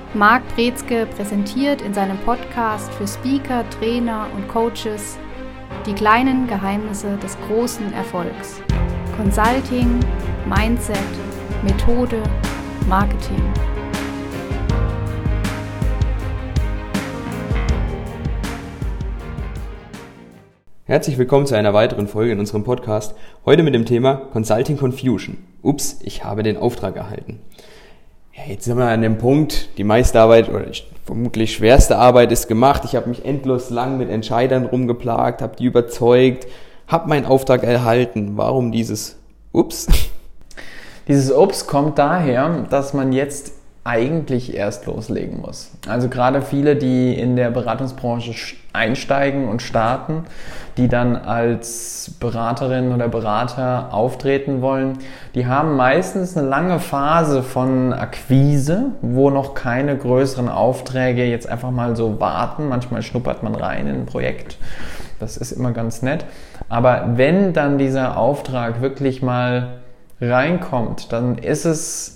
Marc Brezke präsentiert in seinem Podcast für Speaker, Trainer und Coaches die kleinen Geheimnisse des großen Erfolgs. Consulting, Mindset, Methode, Marketing. Herzlich willkommen zu einer weiteren Folge in unserem Podcast. Heute mit dem Thema Consulting Confusion. Ups, ich habe den Auftrag erhalten. Ja, jetzt sind wir an dem Punkt, die meiste Arbeit oder vermutlich schwerste Arbeit ist gemacht. Ich habe mich endlos lang mit Entscheidern rumgeplagt, habe die überzeugt, habe meinen Auftrag erhalten. Warum dieses Ups? Dieses Ups kommt daher, dass man jetzt eigentlich erst loslegen muss. Also gerade viele, die in der Beratungsbranche einsteigen und starten, die dann als Beraterin oder Berater auftreten wollen, die haben meistens eine lange Phase von Akquise, wo noch keine größeren Aufträge jetzt einfach mal so warten. Manchmal schnuppert man rein in ein Projekt. Das ist immer ganz nett. Aber wenn dann dieser Auftrag wirklich mal reinkommt, dann ist es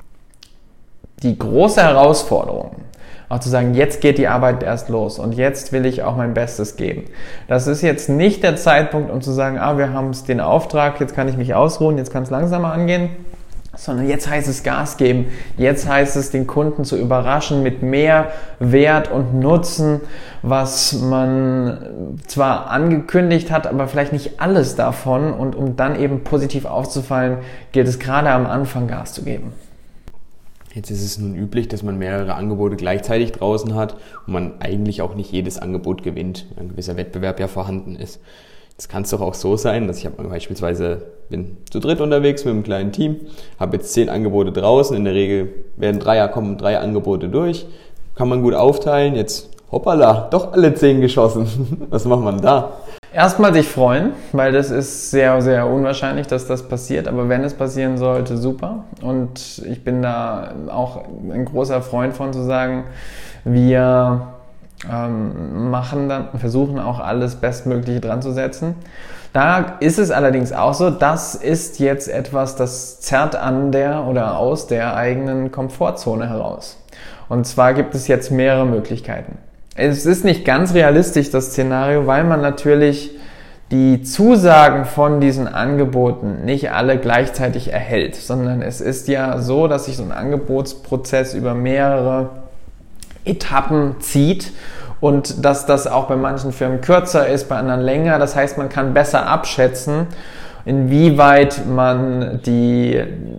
die große Herausforderung, auch zu sagen, jetzt geht die Arbeit erst los und jetzt will ich auch mein Bestes geben. Das ist jetzt nicht der Zeitpunkt, um zu sagen, wir haben den Auftrag, jetzt kann ich mich ausruhen, jetzt kann es langsamer angehen, sondern jetzt heißt es Gas geben, jetzt heißt es, den Kunden zu überraschen mit mehr Wert und Nutzen, was man zwar angekündigt hat, aber vielleicht nicht alles davon, und um dann eben positiv aufzufallen, gilt es gerade am Anfang Gas zu geben. Jetzt ist es nun üblich, dass man mehrere Angebote gleichzeitig draußen hat und man eigentlich auch nicht jedes Angebot gewinnt, weil ein gewisser Wettbewerb ja vorhanden ist. Jetzt kann es doch auch so sein, dass ich beispielsweise bin zu dritt unterwegs mit einem kleinen Team, habe jetzt 10 Angebote draußen, in der Regel kommen 3 Angebote durch, kann man gut aufteilen, jetzt hoppala, doch alle 10 geschossen. Was macht man da? Erstmal sich freuen, weil das ist sehr, sehr unwahrscheinlich, dass das passiert. Aber wenn es passieren sollte, super. Und ich bin da auch ein großer Freund von, zu sagen, wir versuchen auch alles Bestmögliche dran zu setzen. Da ist es allerdings auch so, das ist jetzt etwas, das zerrt aus der eigenen Komfortzone heraus. Und zwar gibt es jetzt mehrere Möglichkeiten. Es ist nicht ganz realistisch, das Szenario, weil man natürlich die Zusagen von diesen Angeboten nicht alle gleichzeitig erhält, sondern es ist ja so, dass sich so ein Angebotsprozess über mehrere Etappen zieht und dass das auch bei manchen Firmen kürzer ist, bei anderen länger. Das heißt, man kann besser abschätzen, inwieweit man die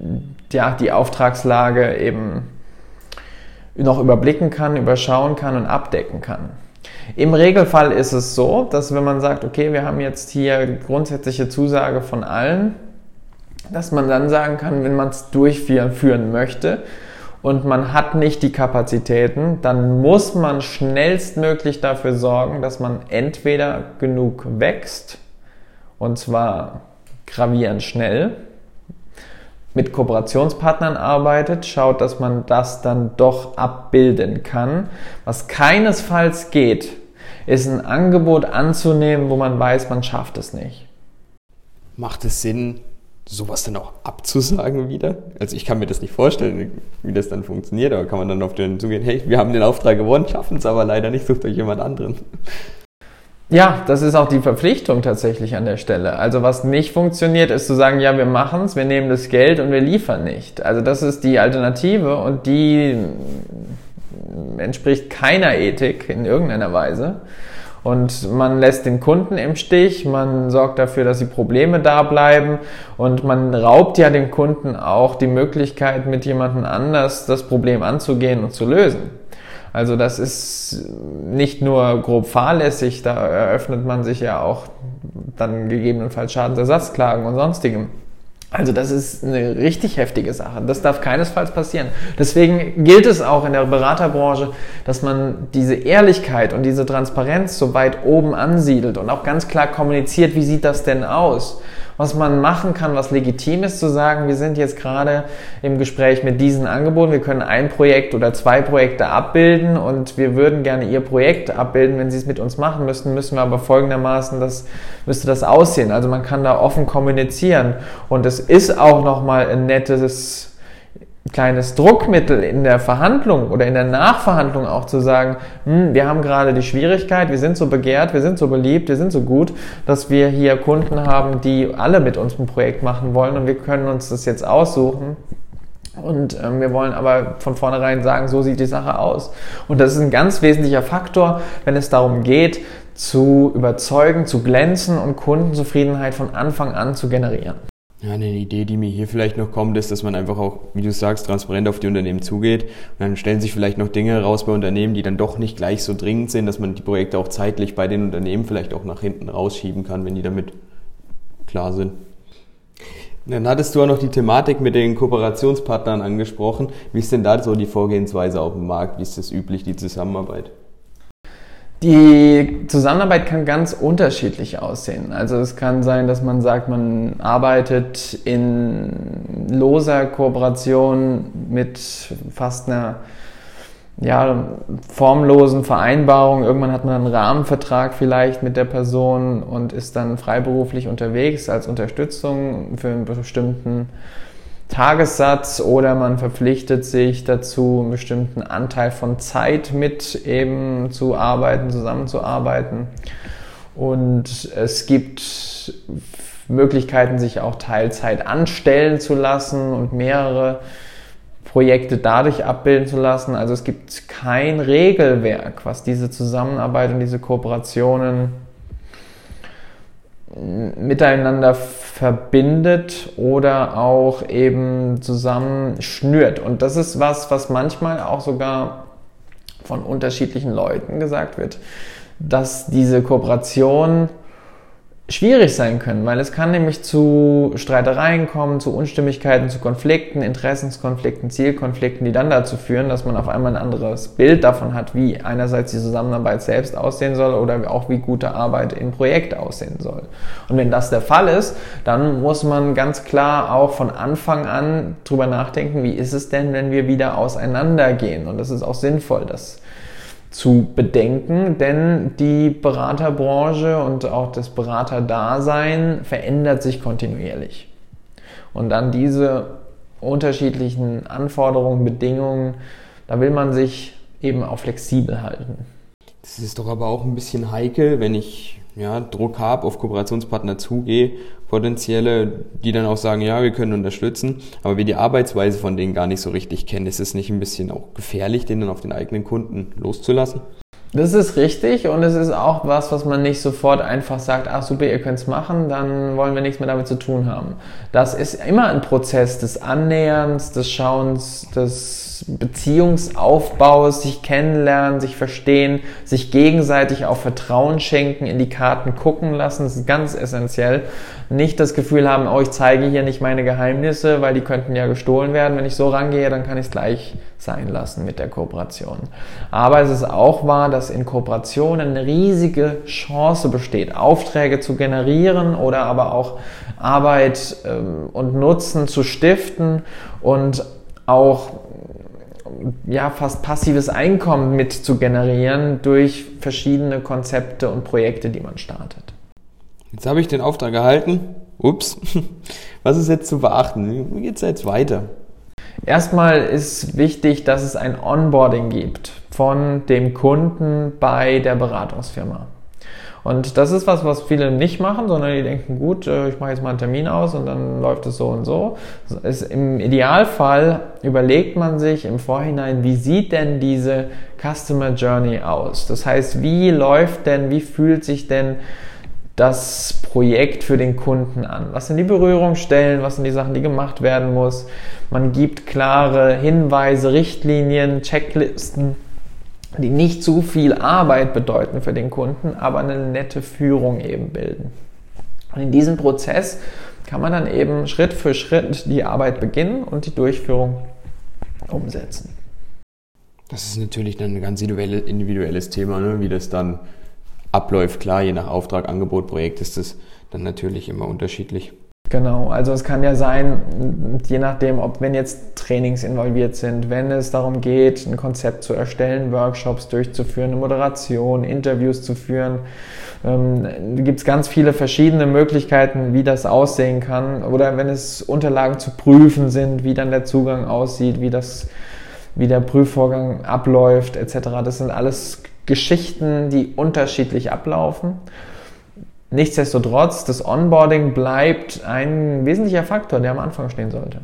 Auftragslage eben noch überblicken kann, überschauen kann und abdecken kann. Im Regelfall ist es so, dass wenn man sagt, okay, wir haben jetzt hier grundsätzliche Zusage von allen, dass man dann sagen kann, wenn man es durchführen möchte und man hat nicht die Kapazitäten, dann muss man schnellstmöglich dafür sorgen, dass man entweder genug wächst, und zwar gravierend schnell, mit Kooperationspartnern arbeitet, schaut, dass man das dann doch abbilden kann. Was keinesfalls geht, ist ein Angebot anzunehmen, wo man weiß, man schafft es nicht. Macht es Sinn, sowas dann auch abzusagen wieder? Also ich kann mir das nicht vorstellen, wie das dann funktioniert, aber kann man dann auf den zugehen, hey, wir haben den Auftrag gewonnen, schaffen es aber leider nicht, sucht euch jemand anderen. Ja, das ist auch die Verpflichtung tatsächlich an der Stelle. Also was nicht funktioniert, ist zu sagen, ja, wir machen es, wir nehmen das Geld und wir liefern nicht. Also das ist die Alternative und die entspricht keiner Ethik in irgendeiner Weise. Und man lässt den Kunden im Stich, man sorgt dafür, dass die Probleme da bleiben und man raubt ja dem Kunden auch die Möglichkeit, mit jemandem anders das Problem anzugehen und zu lösen. Also das ist nicht nur grob fahrlässig, da eröffnet man sich ja auch dann gegebenenfalls Schadensersatzklagen und sonstigem. Also das ist eine richtig heftige Sache. Das darf keinesfalls passieren. Deswegen gilt es auch in der Beraterbranche, dass man diese Ehrlichkeit und diese Transparenz so weit oben ansiedelt und auch ganz klar kommuniziert, wie sieht das denn aus? Was man machen kann, was legitim ist, zu sagen, wir sind jetzt gerade im Gespräch mit diesen Angeboten, wir können ein Projekt oder 2 Projekte abbilden und wir würden gerne Ihr Projekt abbilden. Wenn Sie es mit uns machen müssen wir aber folgendermaßen, müsste das aussehen. Also man kann da offen kommunizieren und es ist auch nochmal ein nettes kleines Druckmittel in der Verhandlung oder in der Nachverhandlung auch zu sagen, wir haben gerade die Schwierigkeit, wir sind so begehrt, wir sind so beliebt, wir sind so gut, dass wir hier Kunden haben, die alle mit uns ein Projekt machen wollen und wir können uns das jetzt aussuchen. Und wir wollen aber von vornherein sagen, so sieht die Sache aus. Und das ist ein ganz wesentlicher Faktor, wenn es darum geht, zu überzeugen, zu glänzen und Kundenzufriedenheit von Anfang an zu generieren. Ja, eine Idee, die mir hier vielleicht noch kommt, ist, dass man einfach auch, wie du sagst, transparent auf die Unternehmen zugeht. Und dann stellen sich vielleicht noch Dinge raus bei Unternehmen, die dann doch nicht gleich so dringend sind, dass man die Projekte auch zeitlich bei den Unternehmen vielleicht auch nach hinten rausschieben kann, wenn die damit klar sind. Dann hattest du auch noch die Thematik mit den Kooperationspartnern angesprochen. Wie ist denn da so die Vorgehensweise auf dem Markt? Wie ist das üblich, die Zusammenarbeit? Die Zusammenarbeit kann ganz unterschiedlich aussehen. Also es kann sein, dass man sagt, man arbeitet in loser Kooperation mit fast einer formlosen Vereinbarung. Irgendwann hat man einen Rahmenvertrag vielleicht mit der Person und ist dann freiberuflich unterwegs als Unterstützung für einen bestimmten Tagessatz oder man verpflichtet sich dazu, einen bestimmten Anteil von Zeit mit eben zu arbeiten, zusammenzuarbeiten. Und es gibt Möglichkeiten, sich auch Teilzeit anstellen zu lassen und mehrere Projekte dadurch abbilden zu lassen. Also es gibt kein Regelwerk, was diese Zusammenarbeit und diese Kooperationen miteinander verbindet oder auch eben zusammenschnürt. Und das ist was manchmal auch sogar von unterschiedlichen Leuten gesagt wird, dass diese Kooperation schwierig sein können, weil es kann nämlich zu Streitereien kommen, zu Unstimmigkeiten, zu Konflikten, Interessenskonflikten, Zielkonflikten, die dann dazu führen, dass man auf einmal ein anderes Bild davon hat, wie einerseits die Zusammenarbeit selbst aussehen soll oder auch wie gute Arbeit im Projekt aussehen soll. Und wenn das der Fall ist, dann muss man ganz klar auch von Anfang an drüber nachdenken, wie ist es denn, wenn wir wieder auseinandergehen? Und das ist auch sinnvoll, das zu bedenken, denn die Beraterbranche und auch das Beraterdasein verändert sich kontinuierlich. Und dann diese unterschiedlichen Anforderungen, Bedingungen, da will man sich eben auch flexibel halten. Das ist doch aber auch ein bisschen heikel, wenn ich Druck habe, auf Kooperationspartner zugehe, potenzielle, die dann auch sagen, ja, wir können unterstützen, aber wir die Arbeitsweise von denen gar nicht so richtig kennen. Ist es nicht ein bisschen auch gefährlich, den dann auf den eigenen Kunden loszulassen? Das ist richtig und es ist auch was man nicht sofort einfach sagt, ach super, ihr könnt's machen, dann wollen wir nichts mehr damit zu tun haben. Das ist immer ein Prozess des Annäherns, des Schauens, des Beziehungsaufbaus, sich kennenlernen, sich verstehen, sich gegenseitig auch Vertrauen schenken, in die Karten gucken lassen, das ist ganz essentiell. Nicht das Gefühl haben, oh, ich zeige hier nicht meine Geheimnisse, weil die könnten ja gestohlen werden. Wenn ich so rangehe, dann kann ich es gleich sein lassen mit der Kooperation. Aber es ist auch wahr, dass in Kooperationen eine riesige Chance besteht, Aufträge zu generieren oder aber auch Arbeit und Nutzen zu stiften und auch fast passives Einkommen mit zu generieren durch verschiedene Konzepte und Projekte, die man startet. Jetzt habe ich den Auftrag erhalten. Ups. Was ist jetzt zu beachten? Wie geht es jetzt weiter? Erstmal ist wichtig, dass es ein Onboarding gibt von dem Kunden bei der Beratungsfirma. Und das ist was viele nicht machen, sondern die denken, gut, ich mache jetzt mal einen Termin aus und dann läuft es so und so. Im Idealfall überlegt man sich im Vorhinein, wie sieht denn diese Customer Journey aus? Das heißt, wie fühlt sich denn das Projekt für den Kunden an? Was sind die Berührungsstellen? Was sind die Sachen, die gemacht werden muss? Man gibt klare Hinweise, Richtlinien, Checklisten, die nicht zu viel Arbeit bedeuten für den Kunden, aber eine nette Führung eben bilden. Und in diesem Prozess kann man dann eben Schritt für Schritt die Arbeit beginnen und die Durchführung umsetzen. Das ist natürlich dann ein ganz individuelles Thema, ne? Wie das dann abläuft. Klar, je nach Auftrag, Angebot, Projekt ist das dann natürlich immer unterschiedlich. Genau, also es kann ja sein, je nachdem, wenn jetzt Trainings involviert sind, wenn es darum geht, ein Konzept zu erstellen, Workshops durchzuführen, eine Moderation, Interviews zu führen, gibt es ganz viele verschiedene Möglichkeiten, wie das aussehen kann. Oder wenn es Unterlagen zu prüfen sind, wie dann der Zugang aussieht, wie der Prüfvorgang abläuft etc. Das sind alles Geschichten, die unterschiedlich ablaufen. Nichtsdestotrotz, das Onboarding bleibt ein wesentlicher Faktor, der am Anfang stehen sollte.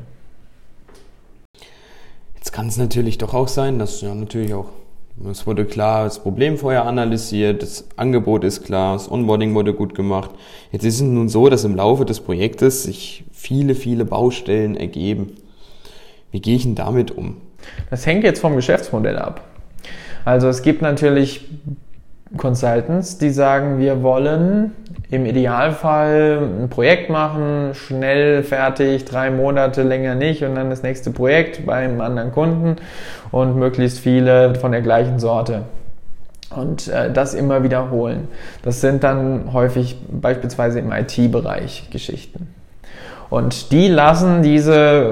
Jetzt kann es natürlich doch auch sein, dass es wurde klar, das Problem vorher analysiert, das Angebot ist klar, das Onboarding wurde gut gemacht. Jetzt ist es nun so, dass im Laufe des Projektes sich viele, viele Baustellen ergeben. Wie gehe ich denn damit um? Das hängt jetzt vom Geschäftsmodell ab. Also es gibt natürlich Consultants, die sagen, wir wollen im Idealfall ein Projekt machen, schnell fertig, 3 Monate, länger nicht und dann das nächste Projekt beim anderen Kunden und möglichst viele von der gleichen Sorte. Und das immer wiederholen. Das sind dann häufig beispielsweise im IT-Bereich Geschichten. Und die lassen diese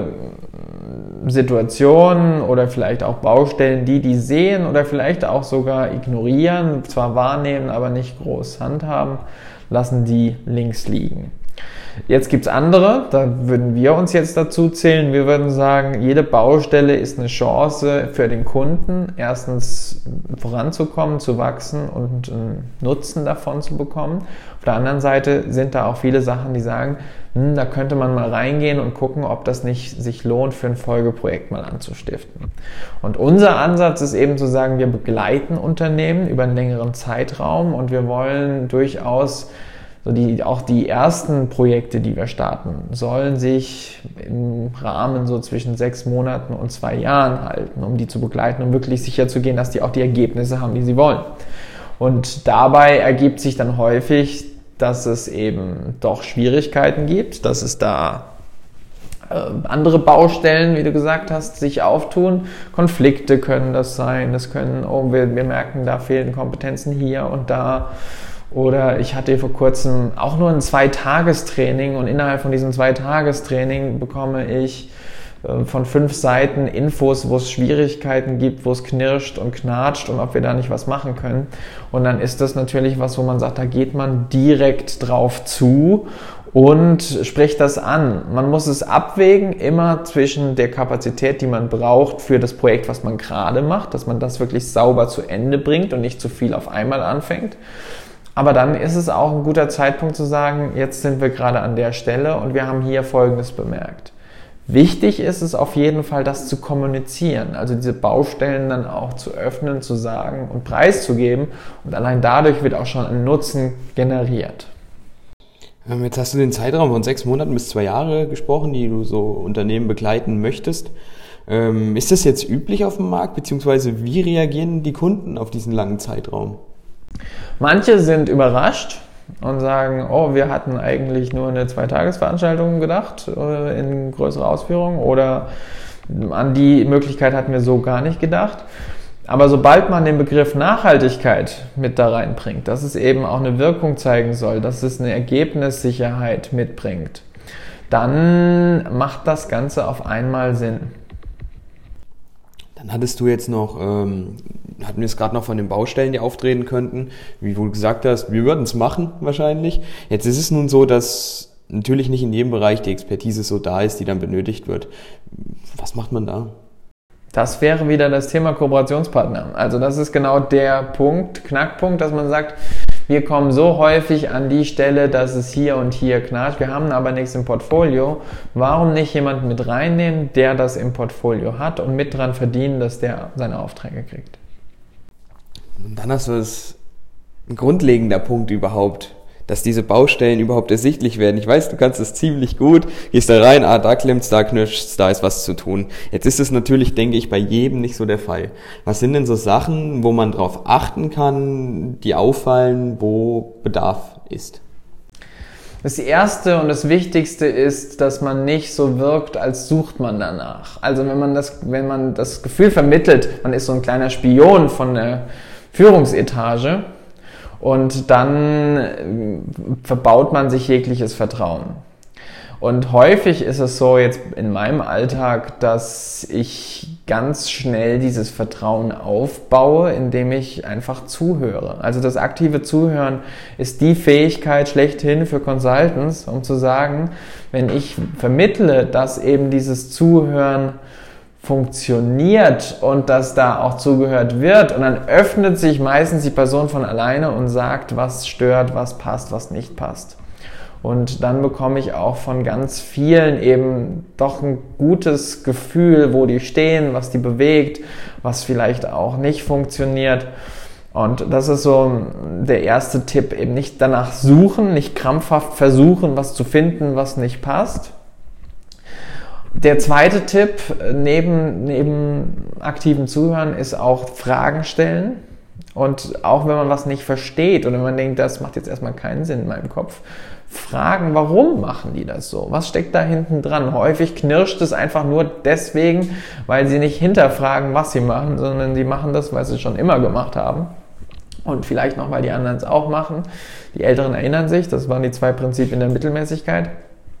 Situationen oder vielleicht auch Baustellen, die sehen oder vielleicht auch sogar ignorieren, zwar wahrnehmen, aber nicht groß handhaben, lassen die links liegen. Jetzt gibt's andere, da würden wir uns jetzt dazu zählen. Wir würden sagen, jede Baustelle ist eine Chance für den Kunden, erstens voranzukommen, zu wachsen und einen Nutzen davon zu bekommen. Auf der anderen Seite sind da auch viele Sachen, die sagen, da könnte man mal reingehen und gucken, ob das nicht sich lohnt, für ein Folgeprojekt mal anzustiften. Und unser Ansatz ist eben zu sagen, wir begleiten Unternehmen über einen längeren Zeitraum und wir wollen durchaus auch die ersten Projekte, die wir starten, sollen sich im Rahmen so zwischen 6 Monaten und 2 Jahren halten, um die zu begleiten, um wirklich sicherzugehen, dass die auch die Ergebnisse haben, die sie wollen. Und dabei ergibt sich dann häufig, dass es eben doch Schwierigkeiten gibt, dass es da andere Baustellen, wie du gesagt hast, sich auftun. Konflikte können das sein, das können, wir merken, da fehlen Kompetenzen hier und da. Oder ich hatte vor kurzem auch nur ein 2-Tagestraining und innerhalb von diesem 2-Tagestraining bekomme ich von 5 Seiten Infos, wo es Schwierigkeiten gibt, wo es knirscht und knatscht und ob wir da nicht was machen können. Und dann ist das natürlich was, wo man sagt, da geht man direkt drauf zu und spricht das an. Man muss es abwägen, immer zwischen der Kapazität, die man braucht für das Projekt, was man gerade macht, dass man das wirklich sauber zu Ende bringt und nicht zu viel auf einmal anfängt. Aber dann ist es auch ein guter Zeitpunkt zu sagen, jetzt sind wir gerade an der Stelle und wir haben hier Folgendes bemerkt. Wichtig ist es auf jeden Fall, das zu kommunizieren, also diese Baustellen dann auch zu öffnen, zu sagen und preiszugeben und allein dadurch wird auch schon ein Nutzen generiert. Jetzt hast du den Zeitraum von 6 Monaten bis 2 Jahre gesprochen, die du so Unternehmen begleiten möchtest. Ist das jetzt üblich auf dem Markt, beziehungsweise wie reagieren die Kunden auf diesen langen Zeitraum? Manche sind überrascht und sagen, oh, wir hatten eigentlich nur eine 2-Tages-Veranstaltung gedacht in größere Ausführungen oder an die Möglichkeit hatten wir so gar nicht gedacht. Aber sobald man den Begriff Nachhaltigkeit mit da reinbringt, dass es eben auch eine Wirkung zeigen soll, dass es eine Ergebnissicherheit mitbringt, dann macht das Ganze auf einmal Sinn. Dann hattest du jetzt noch, hatten wir es gerade noch von den Baustellen, die auftreten könnten, wie du gesagt hast, wir würden es machen wahrscheinlich. Jetzt ist es nun so, dass natürlich nicht in jedem Bereich die Expertise so da ist, die dann benötigt wird. Was macht man da? Das wäre wieder das Thema Kooperationspartner. Also das ist genau der Knackpunkt, dass man sagt, wir kommen so häufig an die Stelle, dass es hier und hier knatscht. Wir haben aber nichts im Portfolio. Warum nicht jemanden mit reinnehmen, der das im Portfolio hat und mit dran verdienen, dass der seine Aufträge kriegt? Und dann hast du ein grundlegender Punkt überhaupt, dass diese Baustellen überhaupt ersichtlich werden. Ich weiß, du kannst es ziemlich gut, gehst da rein, da klemmt's, da knirscht's, da ist was zu tun. Jetzt ist es natürlich, denke ich, bei jedem nicht so der Fall. Was sind denn so Sachen, wo man drauf achten kann, die auffallen, wo Bedarf ist? Das Erste und das Wichtigste ist, dass man nicht so wirkt, als sucht man danach. Also wenn man das Gefühl vermittelt, man ist so ein kleiner Spion von der Führungsetage, und dann verbaut man sich jegliches Vertrauen. Und häufig ist es so jetzt in meinem Alltag, dass ich ganz schnell dieses Vertrauen aufbaue, indem ich einfach zuhöre. Also das aktive Zuhören ist die Fähigkeit schlechthin für Consultants, um zu sagen, wenn ich vermittle, dass eben dieses Zuhören funktioniert und dass da auch zugehört wird, und dann öffnet sich meistens die Person von alleine und sagt, was stört, was passt, was nicht passt. Und dann bekomme ich auch von ganz vielen eben doch ein gutes Gefühl, wo die stehen, was die bewegt, was vielleicht auch nicht funktioniert. Und das ist so der erste Tipp, eben nicht danach suchen, nicht krampfhaft versuchen, was zu finden, was nicht passt. Der zweite Tipp neben aktivem Zuhören ist auch Fragen stellen. Und auch wenn man was nicht versteht oder wenn man denkt, das macht jetzt erstmal keinen Sinn in meinem Kopf, fragen, warum machen die das so? Was steckt da hinten dran? Häufig knirscht es einfach nur deswegen, weil sie nicht hinterfragen, was sie machen, sondern sie machen das, weil sie es schon immer gemacht haben. Und vielleicht noch, weil die anderen es auch machen. Die Älteren erinnern sich, das waren die 2 Prinzipien der Mittelmäßigkeit.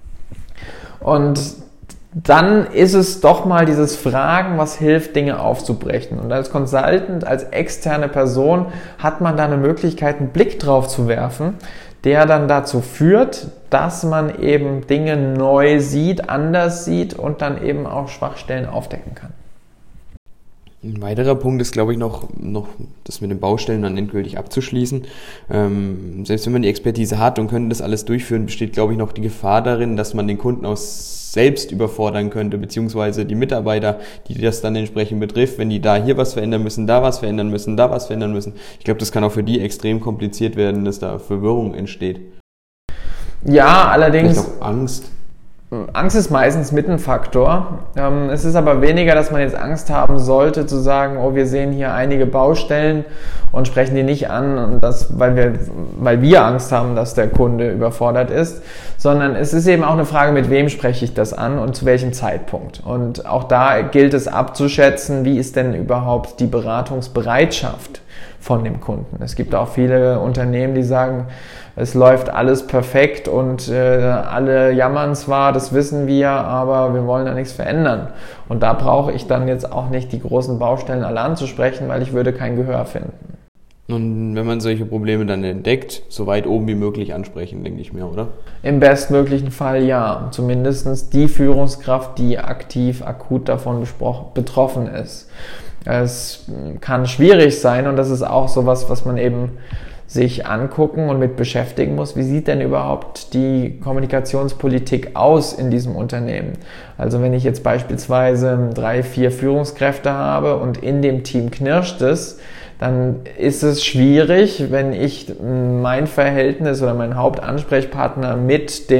Und dann ist es doch mal dieses Fragen, was hilft, Dinge aufzubrechen. Und als Consultant, als externe Person hat man da eine Möglichkeit, einen Blick drauf zu werfen, der dann dazu führt, dass man eben Dinge neu sieht, anders sieht und dann eben auch Schwachstellen aufdecken kann. Ein weiterer Punkt ist, glaube ich, noch das mit den Baustellen dann endgültig abzuschließen. Selbst wenn man die Expertise hat und könnte das alles durchführen, besteht, glaube ich, noch die Gefahr darin, dass man den Kunden auch selbst überfordern könnte, beziehungsweise die Mitarbeiter, die das dann entsprechend betrifft, wenn die da hier was verändern müssen, da was verändern müssen, da was verändern müssen. Ich glaube, das kann auch für die extrem kompliziert werden, dass da Verwirrung entsteht. Ja, allerdings... Vielleicht auch Angst. Angst ist meistens mit ein Faktor. Es ist aber weniger, dass man jetzt Angst haben sollte, zu sagen, oh, wir sehen hier einige Baustellen und sprechen die nicht an, und das, weil wir Angst haben, dass der Kunde überfordert ist, sondern es ist eben auch eine Frage, mit wem spreche ich das an und zu welchem Zeitpunkt. Und auch da gilt es abzuschätzen, wie ist denn überhaupt die Beratungsbereitschaft von dem Kunden. Es gibt auch viele Unternehmen, die sagen, es läuft alles perfekt und alle jammern zwar, das wissen wir, aber wir wollen da nichts verändern. Und da brauche ich dann jetzt auch nicht die großen Baustellen alle anzusprechen, weil ich würde kein Gehör finden. Und wenn man solche Probleme dann entdeckt, so weit oben wie möglich ansprechen, denke ich mir, oder? Im bestmöglichen Fall ja. Zumindest die Führungskraft, die akut davon betroffen ist. Es kann schwierig sein, und das ist auch sowas, was man eben sich angucken und mit beschäftigen muss. Wie sieht denn überhaupt die Kommunikationspolitik aus in diesem Unternehmen? Also wenn ich jetzt beispielsweise 3, 4 Führungskräfte habe und in dem Team knirscht es, dann ist es schwierig, wenn ich mein Verhältnis oder meinen Hauptansprechpartner mit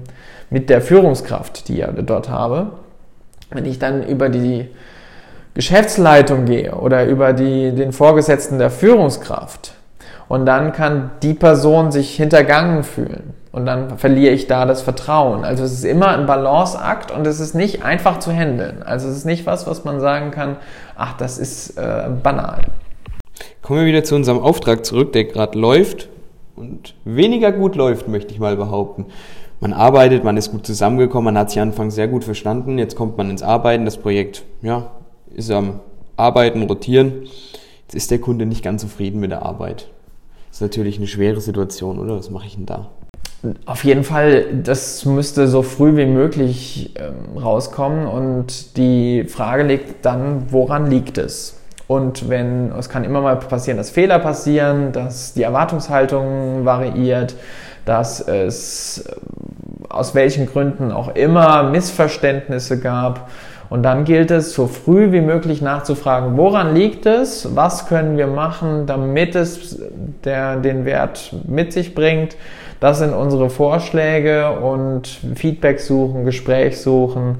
der Führungskraft, die ich dort habe, wenn ich dann über die Geschäftsleitung gehe oder über den Vorgesetzten der Führungskraft, und dann kann die Person sich hintergangen fühlen und dann verliere ich da das Vertrauen. Also es ist immer ein Balanceakt und es ist nicht einfach zu handeln. Also es ist nicht was man sagen kann, ach, das ist banal. Kommen wir wieder zu unserem Auftrag zurück, der gerade läuft und weniger gut läuft, möchte ich mal behaupten. Man arbeitet, man ist gut zusammengekommen, man hat sich anfangs sehr gut verstanden, jetzt kommt man ins Arbeiten, das Projekt ist am Arbeiten, Rotieren. Jetzt ist der Kunde nicht ganz zufrieden mit der Arbeit. Das ist natürlich eine schwere Situation, oder? Was mache ich denn da? Auf jeden Fall, das müsste so früh wie möglich rauskommen, und die Frage liegt dann, woran liegt es? Und es kann immer mal passieren, dass Fehler passieren, dass die Erwartungshaltung variiert, dass es aus welchen Gründen auch immer Missverständnisse gab. Und dann gilt es, so früh wie möglich nachzufragen, woran liegt es, was können wir machen, damit es den Wert mit sich bringt. Das sind unsere Vorschläge, und Feedback suchen, Gespräch suchen,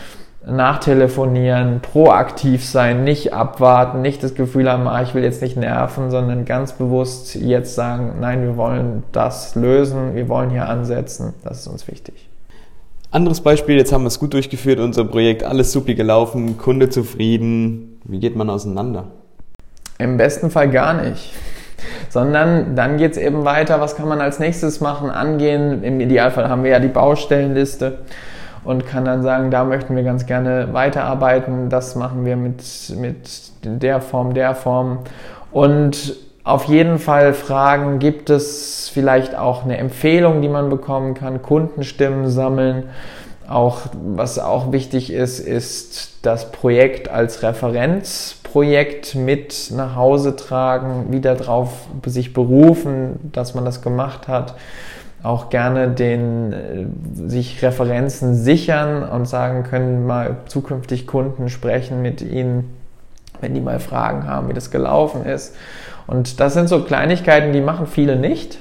nachtelefonieren, proaktiv sein, nicht abwarten, nicht das Gefühl haben, ich will jetzt nicht nerven, sondern ganz bewusst jetzt sagen, nein, wir wollen das lösen, wir wollen hier ansetzen, das ist uns wichtig. Anderes Beispiel, jetzt haben wir es gut durchgeführt, unser Projekt, alles supi gelaufen, Kunde zufrieden. Wie geht man auseinander? Im besten Fall gar nicht. sondern dann geht es eben weiter, was kann man als nächstes machen, angehen. Im Idealfall haben wir ja die Baustellenliste und kann dann sagen, da möchten wir ganz gerne weiterarbeiten, das machen wir mit der Form. Und auf jeden Fall fragen, gibt es vielleicht auch eine Empfehlung, die man bekommen kann, Kundenstimmen sammeln. Auch, was auch wichtig ist das Projekt als Referenzprojekt mit nach Hause tragen, wieder drauf sich berufen, dass man das gemacht hat. Auch gerne sich Referenzen sichern und sagen können, mal zukünftig Kunden sprechen mit ihnen, wenn die mal Fragen haben, wie das gelaufen ist. Und das sind so Kleinigkeiten, die machen viele nicht.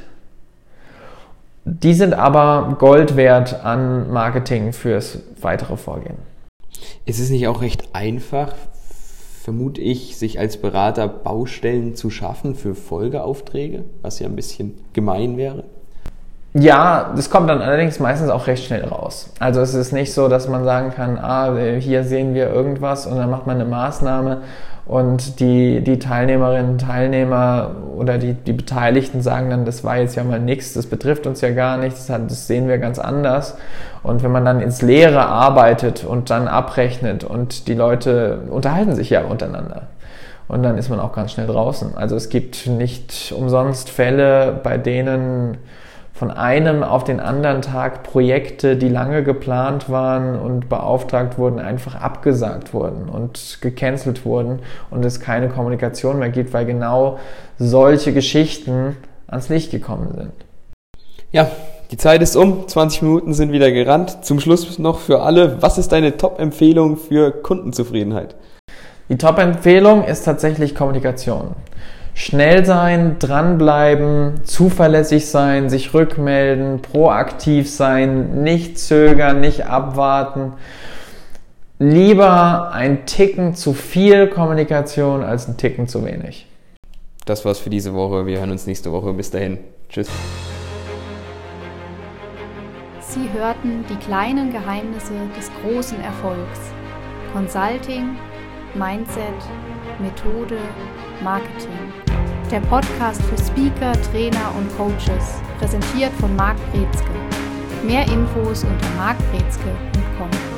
Die sind aber Gold wert an Marketing fürs weitere Vorgehen. Ist es nicht auch recht einfach, vermute ich, sich als Berater Baustellen zu schaffen für Folgeaufträge, was ja ein bisschen gemein wäre? Ja, das kommt dann allerdings meistens auch recht schnell raus. Also es ist nicht so, dass man sagen kann, hier sehen wir irgendwas und dann macht man eine Maßnahme und die Teilnehmerinnen und Teilnehmer oder die Beteiligten sagen dann, das war jetzt ja mal nichts, das betrifft uns ja gar nicht, das sehen wir ganz anders. Und wenn man dann ins Leere arbeitet und dann abrechnet und die Leute unterhalten sich ja untereinander. Und dann ist man auch ganz schnell draußen. Also es gibt nicht umsonst Fälle, bei denen von einem auf den anderen Tag Projekte, die lange geplant waren und beauftragt wurden, einfach abgesagt wurden und gecancelt wurden und es keine Kommunikation mehr gibt, weil genau solche Geschichten ans Licht gekommen sind. Ja, die Zeit ist um, 20 Minuten sind wieder gerannt. Zum Schluss noch für alle, was ist deine Top-Empfehlung für Kundenzufriedenheit? Die Top-Empfehlung ist tatsächlich Kommunikation. Schnell sein, dranbleiben, zuverlässig sein, sich rückmelden, proaktiv sein, nicht zögern, nicht abwarten. Lieber ein Ticken zu viel Kommunikation als ein Ticken zu wenig. Das war's für diese Woche. Wir hören uns nächste Woche. Bis dahin. Tschüss. Sie hörten die kleinen Geheimnisse des großen Erfolgs. Consulting, Mindset, Methode, Marketing. Der Podcast für Speaker, Trainer und Coaches, präsentiert von Marc Brezke. Mehr Infos unter marcbrezke.com.